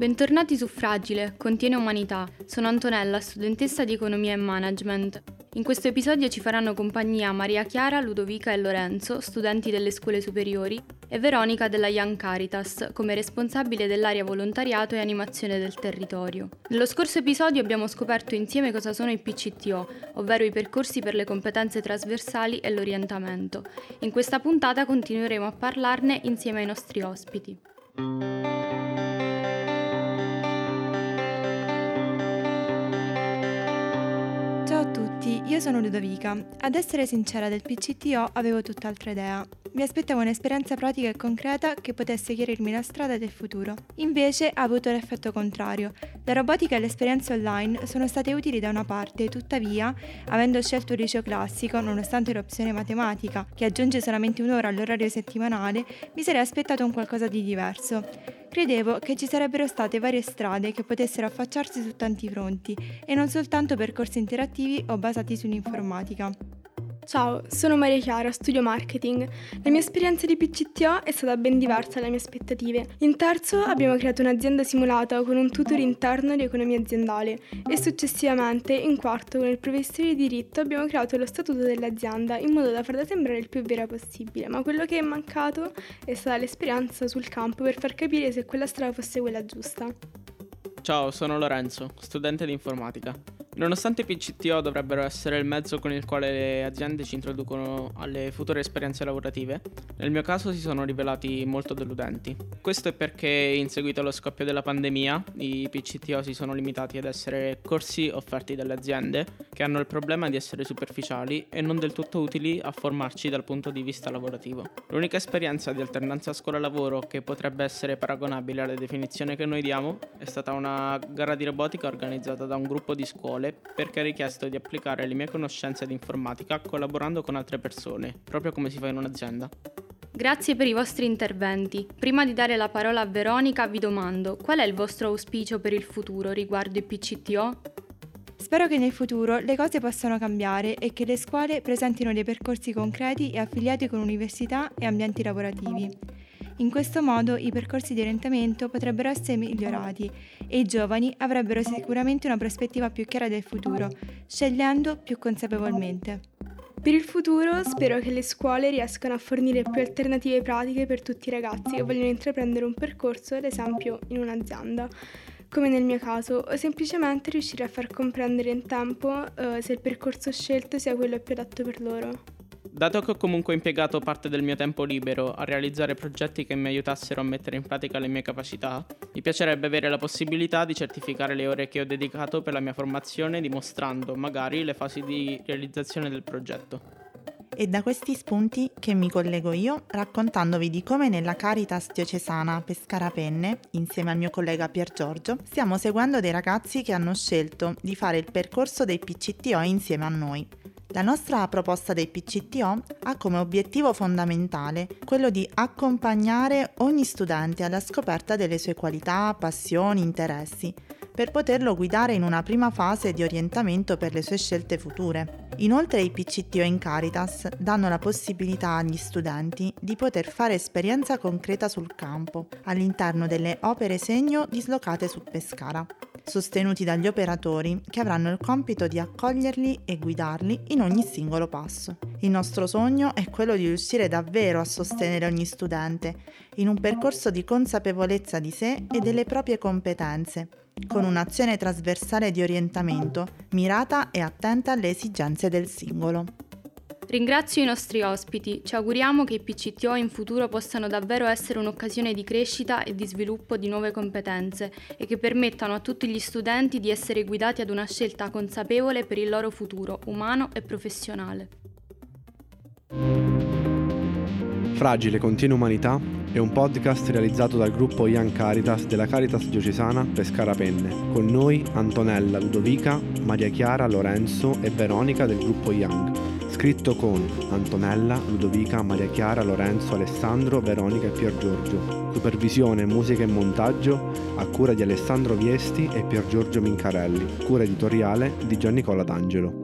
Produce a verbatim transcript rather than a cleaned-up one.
Bentornati su Fragile, contiene umanità. Sono Antonella, studentessa di Economia e Management. In questo episodio ci faranno compagnia Maria Chiara, Ludovica e Lorenzo, studenti delle scuole superiori, e Veronica della Young Caritas, come responsabile dell'area volontariato e animazione del territorio. Nello scorso episodio abbiamo scoperto insieme cosa sono i P C T O, ovvero i percorsi per le competenze trasversali e l'orientamento. In questa puntata continueremo a parlarne insieme ai nostri ospiti. Ciao a tutti, io sono Ludovica. Ad essere sincera, del P C T O avevo tutt'altra idea. Mi aspettavo un'esperienza pratica e concreta che potesse chiarirmi la strada del futuro. Invece ha avuto l'effetto contrario. La robotica e le esperienze online sono state utili da una parte, tuttavia, avendo scelto un liceo classico, nonostante l'opzione matematica, che aggiunge solamente un'ora all'orario settimanale, mi sarei aspettato un qualcosa di diverso. Credevo che ci sarebbero state varie strade che potessero affacciarsi su tanti fronti e non soltanto percorsi interattivi o basati sull'informatica. Ciao, sono Maria Chiara, studio marketing. La mia esperienza di P C T O è stata ben diversa dalle mie aspettative. In terzo abbiamo creato un'azienda simulata con un tutor interno di economia aziendale e successivamente, in quarto, con il professore di diritto abbiamo creato lo statuto dell'azienda in modo da farla sembrare il più vera possibile, ma quello che è mancato è stata l'esperienza sul campo per far capire se quella strada fosse quella giusta. Ciao, sono Lorenzo, studente di informatica. Nonostante i P C T O dovrebbero essere il mezzo con il quale le aziende ci introducono alle future esperienze lavorative, nel mio caso si sono rivelati molto deludenti. Questo è perché in seguito allo scoppio della pandemia i P C T O si sono limitati ad essere corsi offerti dalle aziende che hanno il problema di essere superficiali e non del tutto utili a formarci dal punto di vista lavorativo. L'unica esperienza di alternanza scuola-lavoro che potrebbe essere paragonabile alla definizione che noi diamo è stata una gara di robotica organizzata da un gruppo di scuole perché ha richiesto di applicare le mie conoscenze di informatica collaborando con altre persone, proprio come si fa in un'azienda. Grazie per i vostri interventi. Prima di dare la parola a Veronica vi domando, qual è il vostro auspicio per il futuro riguardo i P C T O? Spero che nel futuro le cose possano cambiare e che le scuole presentino dei percorsi concreti e affiliati con università e ambienti lavorativi. In questo modo i percorsi di orientamento potrebbero essere migliorati e i giovani avrebbero sicuramente una prospettiva più chiara del futuro, scegliendo più consapevolmente. Per il futuro spero che le scuole riescano a fornire più alternative pratiche per tutti i ragazzi che vogliono intraprendere un percorso, ad esempio in un'azienda, come nel mio caso, o semplicemente riuscire a far comprendere in tempo eh, se il percorso scelto sia quello più adatto per loro. Dato che ho comunque impiegato parte del mio tempo libero a realizzare progetti che mi aiutassero a mettere in pratica le mie capacità, mi piacerebbe avere la possibilità di certificare le ore che ho dedicato per la mia formazione, dimostrando magari le fasi di realizzazione del progetto. È da questi spunti che mi collego io, raccontandovi di come nella Caritas diocesana Pescara Penne, insieme al mio collega Pier Giorgio, stiamo seguendo dei ragazzi che hanno scelto di fare il percorso dei P C T O insieme a noi. La nostra proposta dei P C T O ha come obiettivo fondamentale quello di accompagnare ogni studente alla scoperta delle sue qualità, passioni, interessi, per poterlo guidare in una prima fase di orientamento per le sue scelte future. Inoltre i P C T O in Caritas danno la possibilità agli studenti di poter fare esperienza concreta sul campo, all'interno delle opere segno dislocate su Pescara, sostenuti dagli operatori che avranno il compito di accoglierli e guidarli in ogni singolo passo. Il nostro sogno è quello di riuscire davvero a sostenere ogni studente in un percorso di consapevolezza di sé e delle proprie competenze, con un'azione trasversale di orientamento mirata e attenta alle esigenze del singolo. Ringrazio i nostri ospiti, ci auguriamo che i P C T O in futuro possano davvero essere un'occasione di crescita e di sviluppo di nuove competenze e che permettano a tutti gli studenti di essere guidati ad una scelta consapevole per il loro futuro umano e professionale. Fragile, contiene umanità è un podcast realizzato dal gruppo Young Caritas della Caritas diocesana Pescara Penne. Con noi Antonella, Ludovica, Maria Chiara, Lorenzo e Veronica del gruppo Young. Scritto con Antonella, Ludovica, Maria Chiara, Lorenzo, Alessandro, Veronica e Pier Giorgio. Supervisione, musica e montaggio a cura di Alessandro Viesti e Pier Giorgio Mincarelli. Cura editoriale di Gian Nicola D'Angelo.